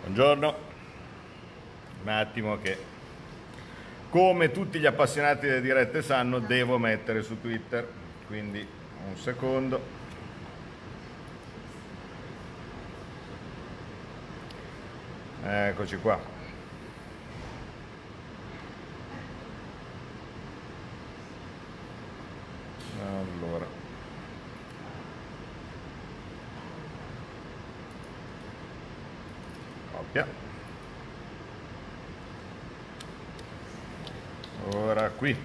Buongiorno, un attimo che, come tutti gli appassionati delle dirette sanno, devo mettere su Twitter, quindi un secondo. Eccoci qua. Allora, copia. Ora qui.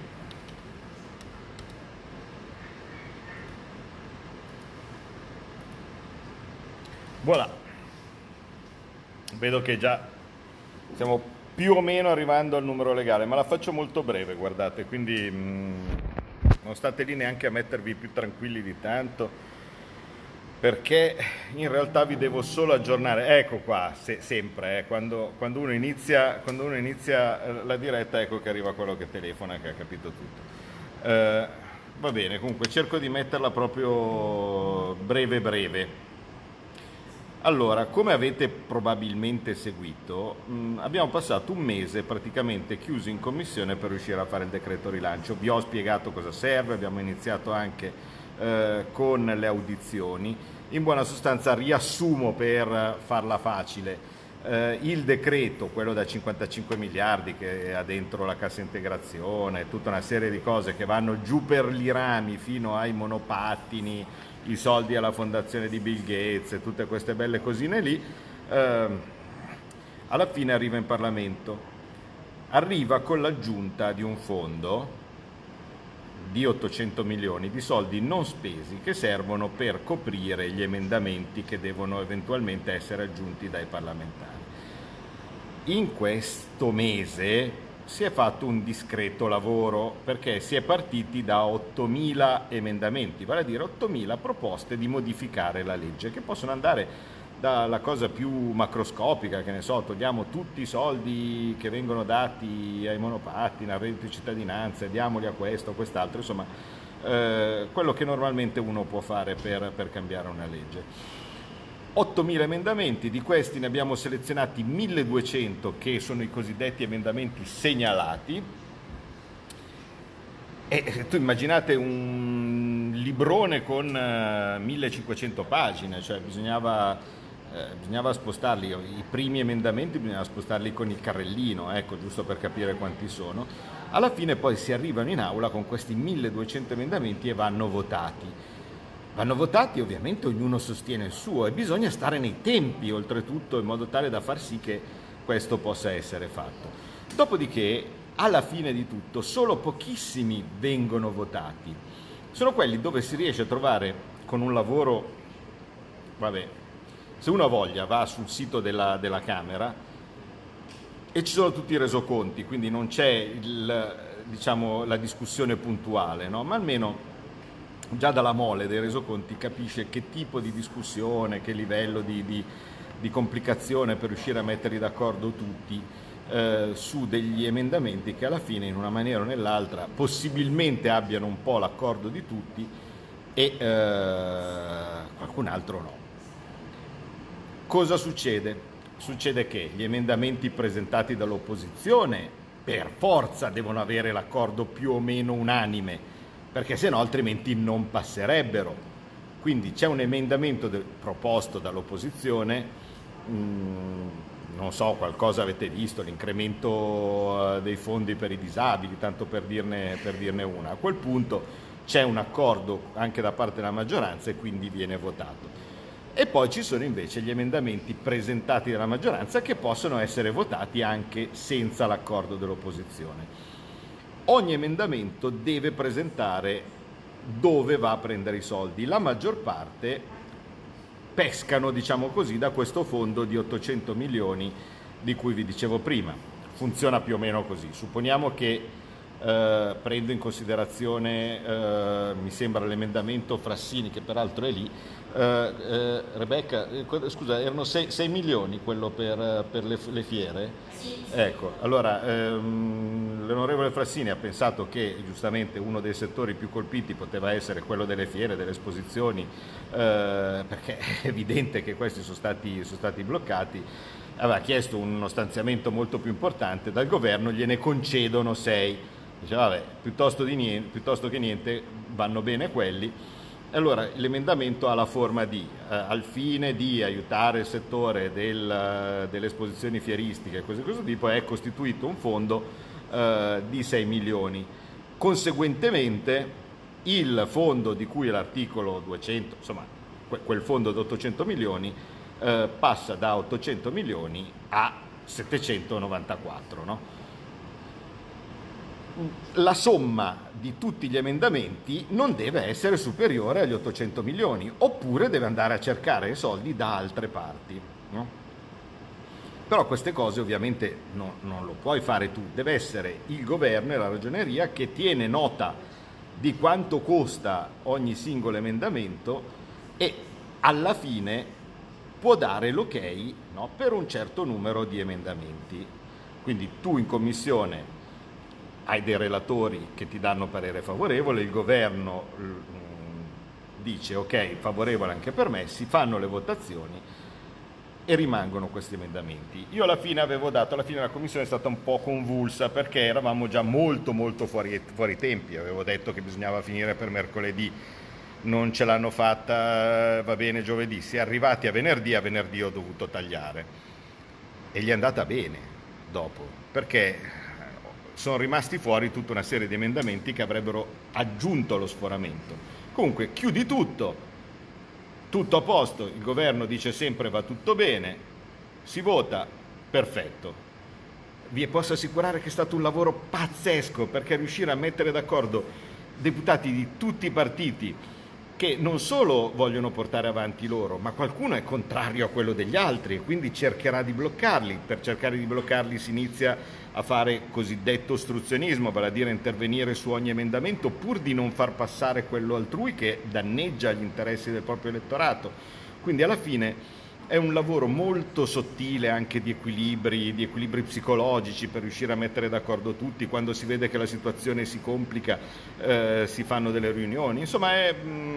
Voilà. Vedo che già stiamo più o meno arrivando al numero legale, ma la faccio molto breve, guardate, quindi non state lì neanche a mettervi più tranquilli di tanto, perché in realtà vi devo solo aggiornare. Ecco qua, sempre, quando uno inizia la diretta, ecco che arriva quello che telefona, che ha capito tutto. Va bene, comunque cerco di metterla proprio breve. Allora, come avete probabilmente seguito, abbiamo passato un mese praticamente chiusi in commissione per riuscire a fare il decreto rilancio. Vi ho spiegato cosa serve, abbiamo iniziato anche con le audizioni. In buona sostanza, riassumo per farla facile. Il decreto, quello da 55 miliardi che ha dentro la cassa integrazione, tutta una serie di cose che vanno giù per gli rami fino ai monopattini, i soldi alla fondazione di Bill Gates e tutte queste belle cosine lì, alla fine arriva in Parlamento. Arriva con l'aggiunta di un fondo di 800 milioni di soldi non spesi che servono per coprire gli emendamenti che devono eventualmente essere aggiunti dai parlamentari. In questo mese si è fatto un discreto lavoro perché si è partiti da 8.000 emendamenti, vale a dire 8.000 proposte di modificare la legge, che possono andare dalla cosa più macroscopica, che ne so, togliamo tutti i soldi che vengono dati ai monopattini, al reddito di cittadinanza, diamoli a questo o quest'altro, insomma, quello che normalmente uno può fare per cambiare una legge. 8.000 emendamenti, di questi ne abbiamo selezionati 1.200 che sono i cosiddetti emendamenti segnalati. E tu immaginate un librone con 1.500 pagine, cioè bisognava spostarli, i primi emendamenti bisognava spostarli con il carrellino, ecco, giusto per capire quanti sono. Alla fine poi si arrivano in aula con questi 1.200 emendamenti e vanno votati. Vanno votati, ovviamente ognuno sostiene il suo e bisogna stare nei tempi, oltretutto, in modo tale da far sì che questo possa essere fatto. Dopodiché, alla fine di tutto, solo pochissimi vengono votati. Sono quelli dove si riesce a trovare con un lavoro, vabbè, se uno ha voglia va sul sito della Camera e ci sono tutti i resoconti, quindi non c'è diciamo, la discussione puntuale, no? Ma almeno già dalla mole dei resoconti capisce che tipo di discussione, che livello di complicazione per riuscire a metterli d'accordo tutti su degli emendamenti che alla fine in una maniera o nell'altra possibilmente abbiano un po' l'accordo di tutti e qualcun altro no. Cosa succede? Succede che gli emendamenti presentati dall'opposizione per forza devono avere l'accordo più o meno unanime, perché se no altrimenti non passerebbero. Quindi c'è un emendamento proposto dall'opposizione, non so, qualcosa avete visto, l'incremento dei fondi per i disabili, tanto per dirne una. A quel punto c'è un accordo anche da parte della maggioranza e quindi viene votato. E poi ci sono invece gli emendamenti presentati dalla maggioranza che possono essere votati anche senza l'accordo dell'opposizione. Ogni emendamento deve presentare dove va a prendere i soldi. La maggior parte pescano, diciamo così, da questo fondo di 800 milioni di cui vi dicevo prima. Funziona più o meno così. Supponiamo che prendo in considerazione, mi sembra, l'emendamento Frassini, che peraltro è lì. Rebecca, scusa, erano 6 milioni quello per le fiere? Sì. Ecco, allora l'onorevole Frassini ha pensato che giustamente uno dei settori più colpiti poteva essere quello delle fiere, delle esposizioni, perché è evidente che questi sono stati bloccati. aveva chiesto uno stanziamento molto più importante dal governo, gliene concedono 6. Dice vabbè, piuttosto che niente vanno bene quelli. Allora l'emendamento ha la forma di, al fine di aiutare il settore delle esposizioni fieristiche e cose di questo tipo, è costituito un fondo di 6 milioni. Conseguentemente il fondo di cui è l'articolo 200, insomma quel fondo di 800 milioni, passa da 800 milioni a 794, no? La somma di tutti gli emendamenti non deve essere superiore agli 800 milioni, oppure deve andare a cercare soldi da altre parti, no? Però queste cose ovviamente non lo puoi fare tu, deve essere il governo e la ragioneria che tiene nota di quanto costa ogni singolo emendamento e alla fine può dare l'ok, no, per un certo numero di emendamenti. Quindi tu in commissione hai dei relatori che ti danno parere favorevole, il governo dice ok, favorevole anche per me, si fanno le votazioni e rimangono questi emendamenti. Io alla fine la commissione è stata un po' convulsa perché eravamo già molto fuori tempi, avevo detto che bisognava finire per mercoledì, non ce l'hanno fatta, va bene giovedì, si è arrivati a venerdì ho dovuto tagliare e gli è andata bene dopo, perché sono rimasti fuori tutta una serie di emendamenti che avrebbero aggiunto lo sforamento. Comunque chiudi tutto a posto, il governo dice sempre va tutto bene, si vota, perfetto. Vi posso assicurare che è stato un lavoro pazzesco, perché riuscire a mettere d'accordo deputati di tutti i partiti che non solo vogliono portare avanti loro, ma qualcuno è contrario a quello degli altri e quindi cercherà di bloccarli. Per cercare di bloccarli si inizia a fare cosiddetto ostruzionismo, vale a dire intervenire su ogni emendamento pur di non far passare quello altrui che danneggia gli interessi del proprio elettorato. Quindi alla fine è un lavoro molto sottile anche di equilibri psicologici per riuscire a mettere d'accordo tutti. Quando si vede che la situazione si complica, si fanno delle riunioni. Insomma, è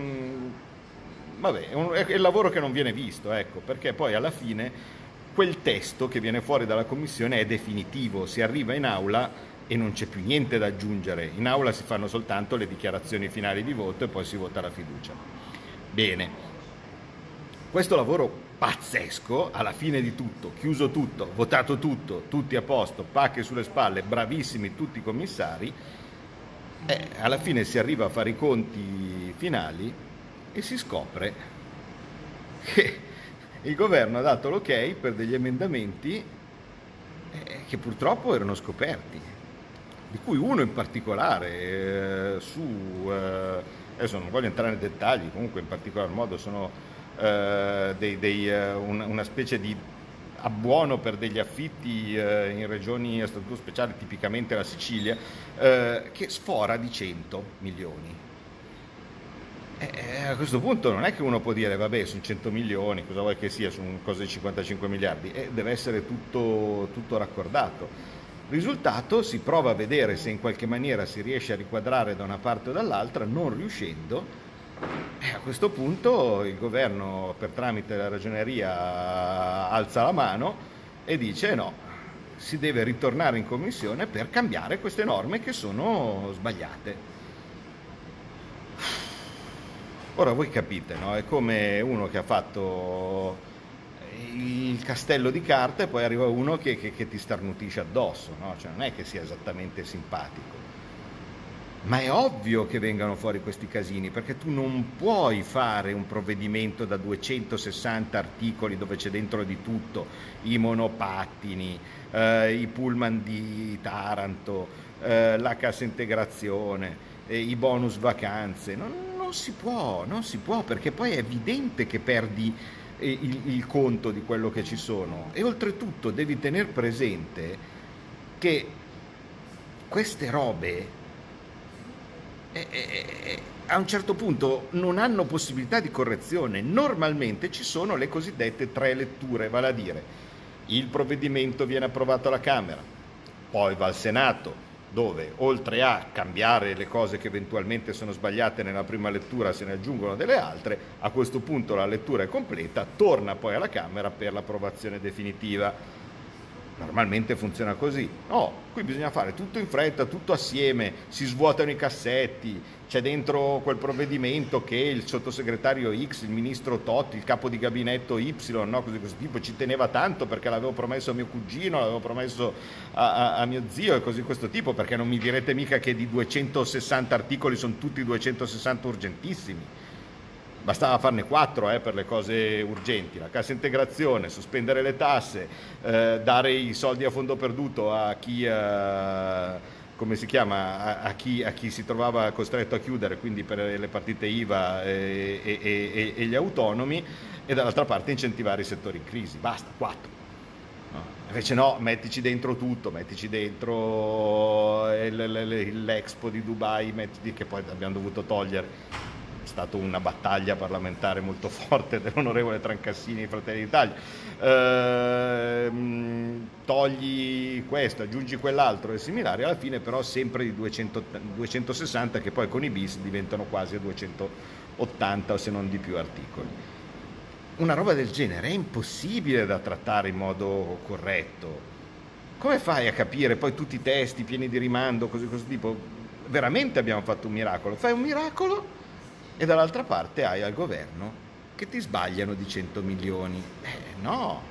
il lavoro che non viene visto, ecco, perché poi alla fine quel testo che viene fuori dalla commissione è definitivo, si arriva in aula e non c'è più niente da aggiungere. In aula si fanno soltanto le dichiarazioni finali di voto e poi si vota la fiducia. Bene. Questo lavoro pazzesco, alla fine di tutto, chiuso tutto, votato tutto, tutti a posto, pacche sulle spalle, bravissimi tutti i commissari, alla fine si arriva a fare i conti finali e si scopre che il governo ha dato l'ok per degli emendamenti che purtroppo erano scoperti, di cui uno in particolare, adesso non voglio entrare nei dettagli, comunque in particolar modo sono una specie di abbuono per degli affitti in regioni a statuto speciale, tipicamente la Sicilia, che sfora di 100 milioni. A questo punto non è che uno può dire vabbè, sono 100 milioni, cosa vuoi che sia, sono cose di 55 miliardi, deve essere tutto raccordato. Risultato, si prova a vedere se in qualche maniera si riesce a riquadrare da una parte o dall'altra, non riuscendo. A questo punto il governo, per tramite la ragioneria, alza la mano e dice no, si deve ritornare in commissione per cambiare queste norme che sono sbagliate. Ora voi capite, no? È come uno che ha fatto il castello di carta e poi arriva uno che ti starnutisce addosso, no? Cioè non è che sia esattamente simpatico. Ma è ovvio che vengano fuori questi casini, perché tu non puoi fare un provvedimento da 260 articoli dove c'è dentro di tutto, i monopattini, i pullman di Taranto, la cassa integrazione, i bonus vacanze. Non si può, perché poi è evidente che perdi il conto di quello che ci sono. E oltretutto devi tenere presente che queste robe a un certo punto non hanno possibilità di correzione. Normalmente ci sono le cosiddette 3 letture, vale a dire il provvedimento viene approvato alla Camera, poi va al Senato, dove oltre a cambiare le cose che eventualmente sono sbagliate nella prima lettura se ne aggiungono delle altre, a questo punto la lettura è completa, torna poi alla Camera per l'approvazione definitiva. Normalmente funziona così. No, qui bisogna fare tutto in fretta, tutto assieme, si svuotano i cassetti, c'è dentro quel provvedimento che il sottosegretario X, il ministro Totti, il capo di gabinetto Y, no, così questo tipo, ci teneva tanto perché l'avevo promesso a mio cugino, l'avevo promesso a mio zio e così questo tipo, perché non mi direte mica che di 260 articoli sono tutti 260 urgentissimi. Bastava farne 4 per le cose urgenti, la cassa integrazione, sospendere le tasse, dare i soldi a fondo perduto a chi, come si chiama, a chi si trovava costretto a chiudere, quindi per le partite IVA e gli autonomi, e dall'altra parte incentivare i settori in crisi. Basta, 4. No. Invece no, mettici dentro tutto, mettici dentro l'Expo di Dubai, che poi abbiamo dovuto togliere. È stata una battaglia parlamentare molto forte dell'onorevole Trancassini di Fratelli d'Italia. Togli questo, aggiungi quell'altro e similari, alla fine però sempre di 260 che poi con i bis diventano quasi a 280 o se non di più articoli. Una roba del genere è impossibile da trattare in modo corretto. Come fai a capire poi tutti i testi pieni di rimando, così tipo? Veramente abbiamo fatto un miracolo? Fai un miracolo e dall'altra parte hai al governo che ti sbagliano di 100 milioni. No.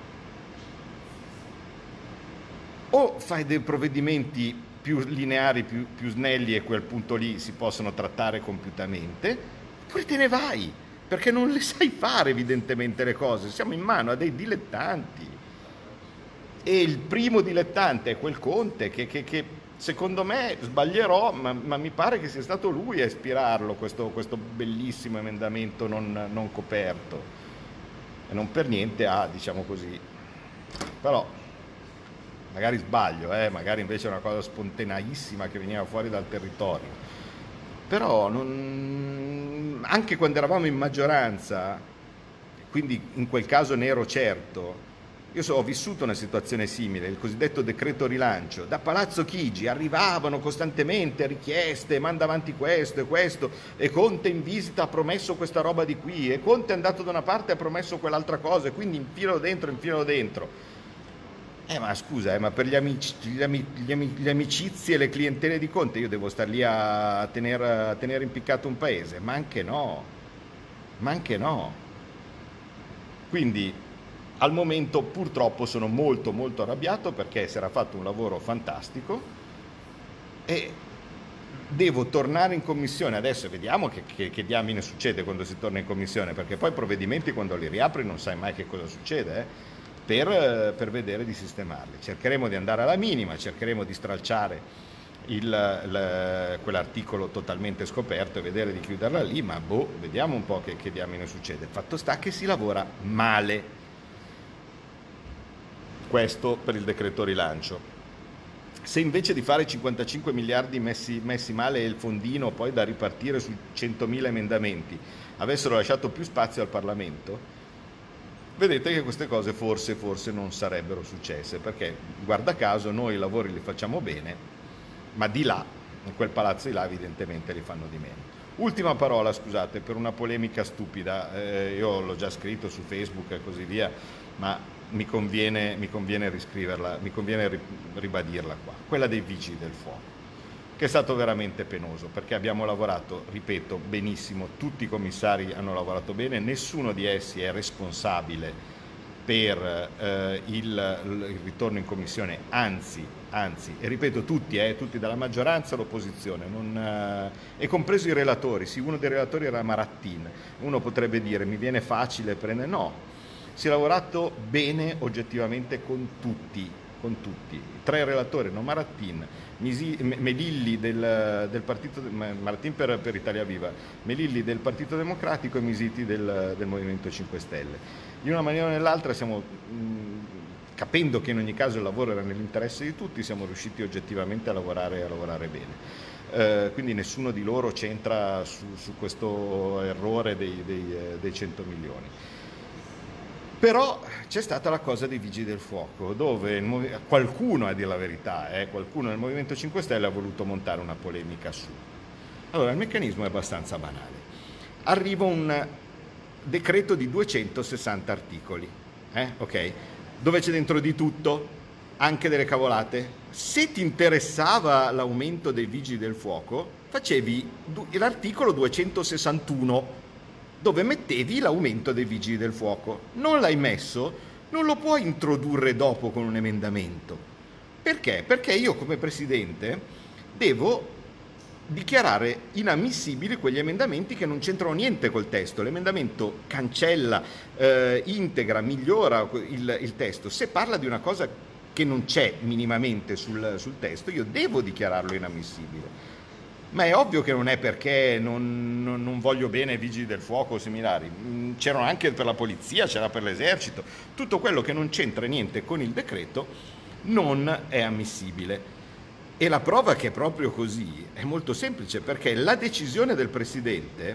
O fai dei provvedimenti più lineari, più snelli e a quel punto lì si possono trattare compiutamente, oppure te ne vai, perché non le sai fare evidentemente le cose. Siamo in mano a dei dilettanti. E il primo dilettante è quel Conte che secondo me sbaglierò, ma mi pare che sia stato lui a ispirarlo questo bellissimo emendamento non coperto. E non per niente ha, diciamo così, però magari sbaglio, magari invece è una cosa spontaneissima che veniva fuori dal territorio. Però anche quando eravamo in maggioranza, quindi in quel caso ne ero certo. Io ho vissuto una situazione simile, il cosiddetto decreto rilancio. Da Palazzo Chigi arrivavano costantemente richieste, manda avanti questo e questo, e Conte in visita ha promesso questa roba di qui, e Conte è andato da una parte e ha promesso quell'altra cosa, e quindi infilalo dentro. Ma scusa, ma per le amicizie e le clientele di Conte io devo star lì a tenere impiccato un paese? Ma anche no. Quindi al momento purtroppo sono molto molto arrabbiato perché si era fatto un lavoro fantastico e devo tornare in commissione adesso e vediamo che diamine succede quando si torna in commissione, perché poi i provvedimenti quando li riapri non sai mai che cosa succede, per vedere di sistemarli. Cercheremo di andare alla minima, cercheremo di stralciare quell'articolo totalmente scoperto e vedere di chiuderla lì, ma vediamo un po' che diamine succede. Fatto sta che si lavora male. Questo per il decreto rilancio. Se invece di fare 55 miliardi messi male e il fondino poi da ripartire su 100.000 emendamenti avessero lasciato più spazio al Parlamento, vedete che queste cose forse non sarebbero successe, perché guarda caso noi i lavori li facciamo bene, ma di là, in quel palazzo di là evidentemente li fanno di meno. Ultima parola, scusate, per una polemica stupida, io l'ho già scritto su Facebook e così via, ma mi conviene riscriverla, mi conviene ribadirla qua, quella dei vigili del fuoco, che è stato veramente penoso, perché abbiamo lavorato, ripeto, benissimo, tutti i commissari hanno lavorato bene, nessuno di essi è responsabile per il ritorno in commissione, anzi, e ripeto tutti dalla maggioranza all'opposizione, e compreso i relatori. Sì, uno dei relatori era Marattin, uno potrebbe dire mi viene facile prendere, no, si è lavorato bene oggettivamente con tutti, 3 relatori, no, Marattin, Melilli del partito, Marattin per Italia Viva, Melilli del Partito Democratico e Misiti del Movimento 5 Stelle. In una maniera o nell'altra capendo che in ogni caso il lavoro era nell'interesse di tutti, siamo riusciti oggettivamente a lavorare bene. Quindi nessuno di loro c'entra su questo errore dei 100 milioni. Però c'è stata la cosa dei Vigili del Fuoco, dove qualcuno, a dire la verità, qualcuno nel Movimento 5 Stelle ha voluto montare una polemica su. Allora, il meccanismo è abbastanza banale. Arriva un decreto di 260 articoli, ok? Dove c'è dentro di tutto, anche delle cavolate. Se ti interessava l'aumento dei Vigili del Fuoco, facevi l'articolo 261, dove mettevi l'aumento dei Vigili del Fuoco. Non l'hai messo, non lo puoi introdurre dopo con un emendamento. Perché? Perché io come Presidente devo dichiarare inammissibili quegli emendamenti che non c'entrano niente col testo. L'emendamento cancella, integra, migliora il testo. Se parla di una cosa che non c'è minimamente sul testo, io devo dichiararlo inammissibile. Ma è ovvio che non è perché non voglio bene ai Vigili del Fuoco o similari. C'erano anche per la polizia, c'era per l'esercito. Tutto quello che non c'entra niente con il decreto non è ammissibile. E la prova che è proprio così è molto semplice, perché la decisione del Presidente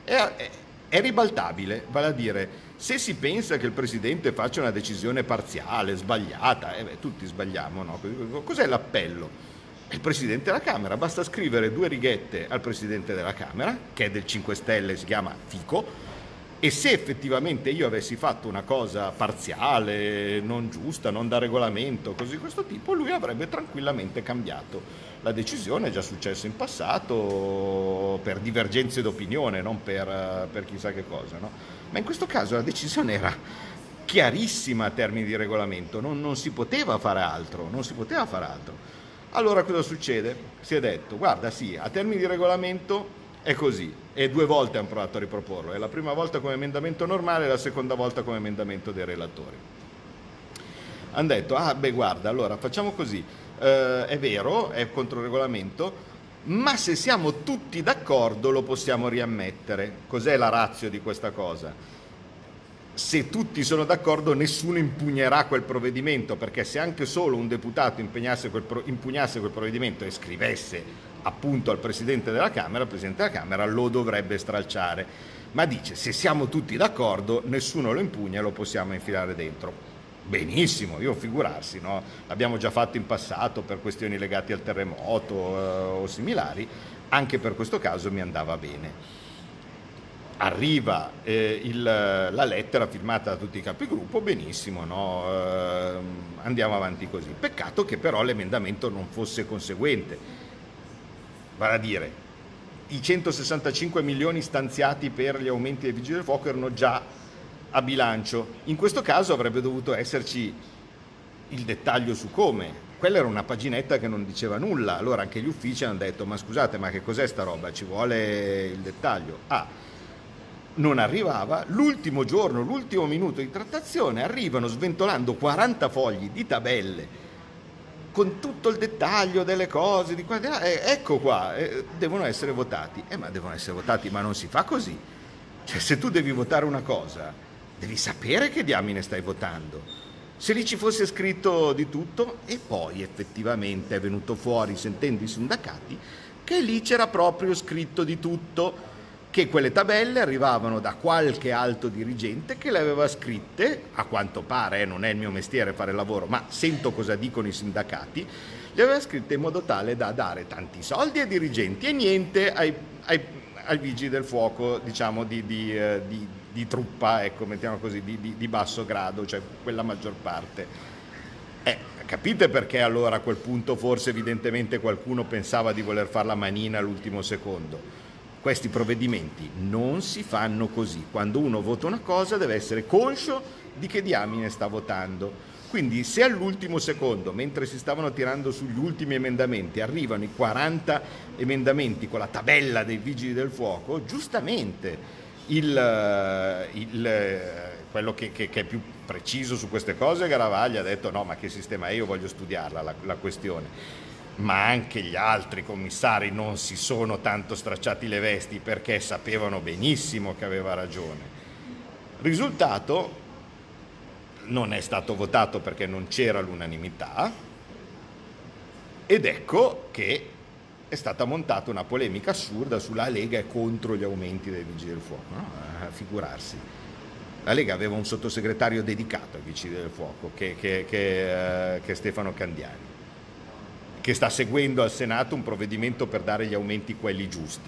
è ribaltabile, vale a dire, se si pensa che il Presidente faccia una decisione parziale, sbagliata, tutti sbagliamo, no? Cos'è l'appello? È il Presidente della Camera, basta scrivere 2 righette al Presidente della Camera, che è del 5 Stelle, si chiama Fico, e se effettivamente io avessi fatto una cosa parziale, non giusta, non da regolamento, così di questo tipo, lui avrebbe tranquillamente cambiato la decisione. È già successo in passato per divergenze d'opinione, non per chissà che cosa, no? Ma in questo caso la decisione era chiarissima a termini di regolamento, non si poteva fare altro, non si poteva fare altro. Allora cosa succede? Si è detto, guarda sì, a termini di regolamento è così, e 2 volte hanno provato a riproporlo, è la prima volta come emendamento normale e la seconda volta come emendamento dei relatori. Hanno detto, guarda, allora facciamo così, è vero, è contro il regolamento, ma se siamo tutti d'accordo lo possiamo riammettere. Cos'è la ratio di questa cosa? Se tutti sono d'accordo nessuno impugnerà quel provvedimento, perché se anche solo un deputato impugnasse quel provvedimento e scrivesse appunto al Presidente della Camera, il Presidente della Camera lo dovrebbe stralciare. Ma dice, se siamo tutti d'accordo nessuno lo impugna e lo possiamo infilare dentro. Benissimo, io figurarsi, no? L'abbiamo già fatto in passato per questioni legate al terremoto o similari, anche per questo caso mi andava bene. Arriva la lettera firmata da tutti i capigruppo, benissimo, no? Andiamo avanti così. Peccato che però l'emendamento non fosse conseguente. Vale a dire, i 165 milioni stanziati per gli aumenti dei Vigili del Fuoco erano già a bilancio. In questo caso avrebbe dovuto esserci il dettaglio su come. Quella era una paginetta che non diceva nulla. Allora anche gli uffici hanno detto, ma scusate, ma che cos'è sta roba? Ci vuole il dettaglio. Non arrivava, l'ultimo giorno, l'ultimo minuto di trattazione, arrivano sventolando 40 fogli di tabelle con tutto il dettaglio delle cose, di qua, di là, ecco qua, devono essere votati. Ma devono essere votati, ma non si fa così. Cioè, se tu devi votare una cosa, devi sapere che diamine stai votando. Se lì ci fosse scritto di tutto, e poi effettivamente è venuto fuori, sentendo i sindacati, che lì c'era proprio scritto di tutto, che quelle tabelle arrivavano da qualche alto dirigente che le aveva scritte, a quanto pare, non è il mio mestiere fare il lavoro, ma sento cosa dicono i sindacati, le aveva scritte in modo tale da dare tanti soldi ai dirigenti e niente ai vigili del fuoco, diciamo, di truppa, ecco, mettiamo così, di basso grado, cioè quella maggior parte. Capite perché allora a quel punto forse evidentemente qualcuno pensava di voler fare la manina all'ultimo secondo? Questi provvedimenti non si fanno così. Quando uno vota una cosa deve essere conscio di che diamine sta votando. Quindi se all'ultimo secondo, mentre si stavano tirando sugli ultimi emendamenti, arrivano i 40 emendamenti con la tabella dei Vigili del Fuoco, giustamente quello che è più preciso su queste cose, Garavaglia, ha detto no, ma che sistema è? Io voglio studiarla la questione. Ma anche gli altri commissari non si sono tanto stracciati le vesti, perché sapevano benissimo che aveva ragione. Risultato, non è stato votato perché non c'era l'unanimità, ed ecco che è stata montata una polemica assurda sulla Lega è contro gli aumenti dei Vigili del Fuoco, no? Figurarsi. La Lega aveva un sottosegretario dedicato ai Vigili del Fuoco, che è Stefano Candiani, che sta seguendo al Senato un provvedimento per dare gli aumenti quelli giusti.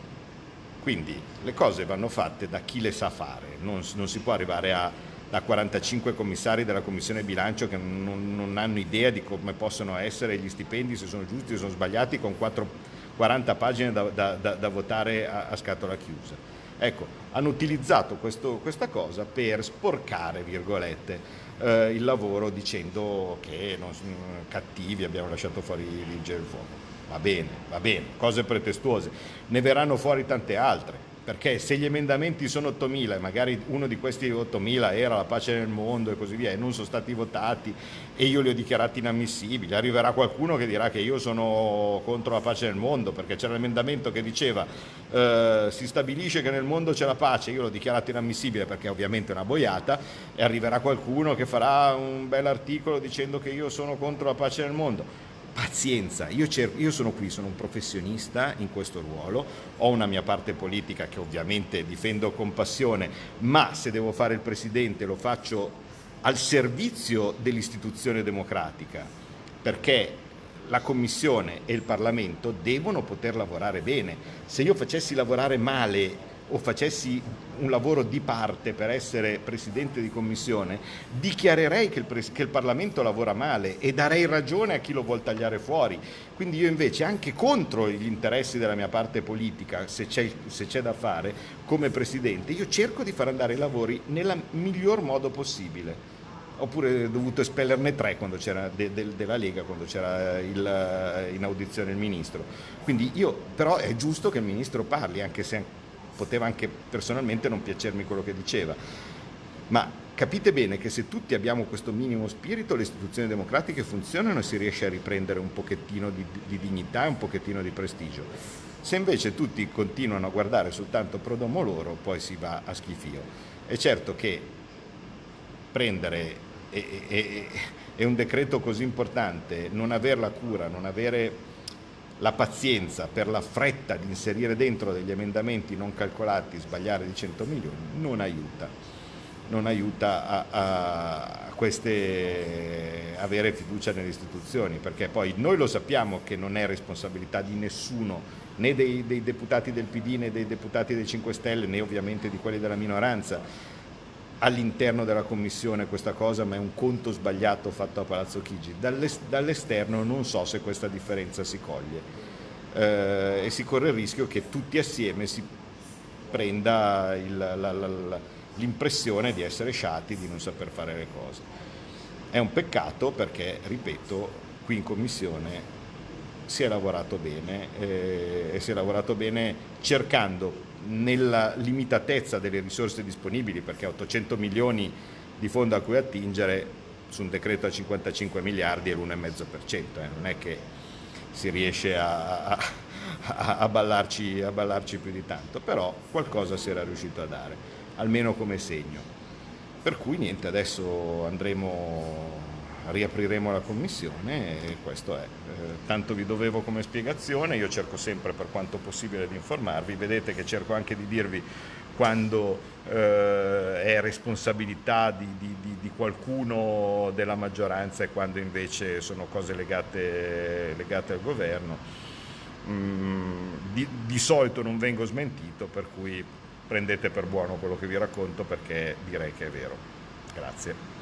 Quindi le cose vanno fatte da chi le sa fare, non si può arrivare da 45 commissari della Commissione Bilancio che non hanno idea di come possono essere gli stipendi, se sono giusti o sono sbagliati, con 40 pagine da votare a scatola chiusa. Ecco, hanno utilizzato questa cosa per sporcare, virgolette, il lavoro, dicendo che cattivi, abbiamo lasciato fuori i Vigili del Fuoco. Va bene, cose pretestuose. Ne verranno fuori tante altre, perché se gli emendamenti sono 8.000 e magari uno di questi 8.000 era la pace nel mondo e così via, e non sono stati votati e io li ho dichiarati inammissibili, arriverà qualcuno che dirà che io sono contro la pace nel mondo perché c'era l'emendamento che diceva si stabilisce che nel mondo c'è la pace, io l'ho dichiarato inammissibile perché ovviamente è una boiata, e arriverà qualcuno che farà un bel articolo dicendo che io sono contro la pace nel mondo. Pazienza, io sono qui, sono un professionista in questo ruolo, ho una mia parte politica che ovviamente difendo con passione, ma se devo fare il presidente lo faccio al servizio dell'istituzione democratica, perché la Commissione e il Parlamento devono poter lavorare bene. Se io facessi lavorare male o facessi un lavoro di parte per essere presidente di commissione, dichiarerei che il Parlamento lavora male e darei ragione a chi lo vuol tagliare fuori. Quindi io invece, anche contro gli interessi della mia parte politica, se c'è da fare, come presidente, io cerco di far andare i lavori nel miglior modo possibile. Oppure dovuto espellerne 3 quando c'era della Lega, quando c'era in audizione il ministro. Quindi però è giusto che il ministro parli, anche se poteva anche personalmente non piacermi quello che diceva. Ma capite bene che se tutti abbiamo questo minimo spirito, le istituzioni democratiche funzionano e si riesce a riprendere un pochettino di dignità e un pochettino di prestigio. Se invece tutti continuano a guardare soltanto pro domo loro, poi si va a schifio. È certo che prendere è un decreto così importante, non avere la cura, non avere la pazienza per la fretta di inserire dentro degli emendamenti non calcolati, sbagliare di 100 milioni, non aiuta a avere fiducia nelle istituzioni, perché poi noi lo sappiamo che non è responsabilità di nessuno, né dei deputati del PD, né dei deputati dei 5 Stelle, né ovviamente di quelli della minoranza, all'interno della Commissione questa cosa, ma è un conto sbagliato fatto a Palazzo Chigi. Dall'esterno non so se questa differenza si coglie, e si corre il rischio che tutti assieme si prenda l'impressione di essere sciatti, di non saper fare le cose. È un peccato perché, ripeto, qui in Commissione si è lavorato bene, e si è lavorato bene cercando, nella limitatezza delle risorse disponibili, perché 800 milioni di fondo a cui attingere su un decreto a 55 miliardi è l'1,5%, non è che si riesce a ballarci più di tanto, però qualcosa si era riuscito a dare, almeno come segno. Per cui niente, adesso riapriremo la commissione e questo è. Tanto vi dovevo come spiegazione, io cerco sempre per quanto possibile di informarvi, vedete che cerco anche di dirvi quando è responsabilità di qualcuno della maggioranza e quando invece sono cose legate al governo. Di solito non vengo smentito, per cui prendete per buono quello che vi racconto, perché direi che è vero. Grazie.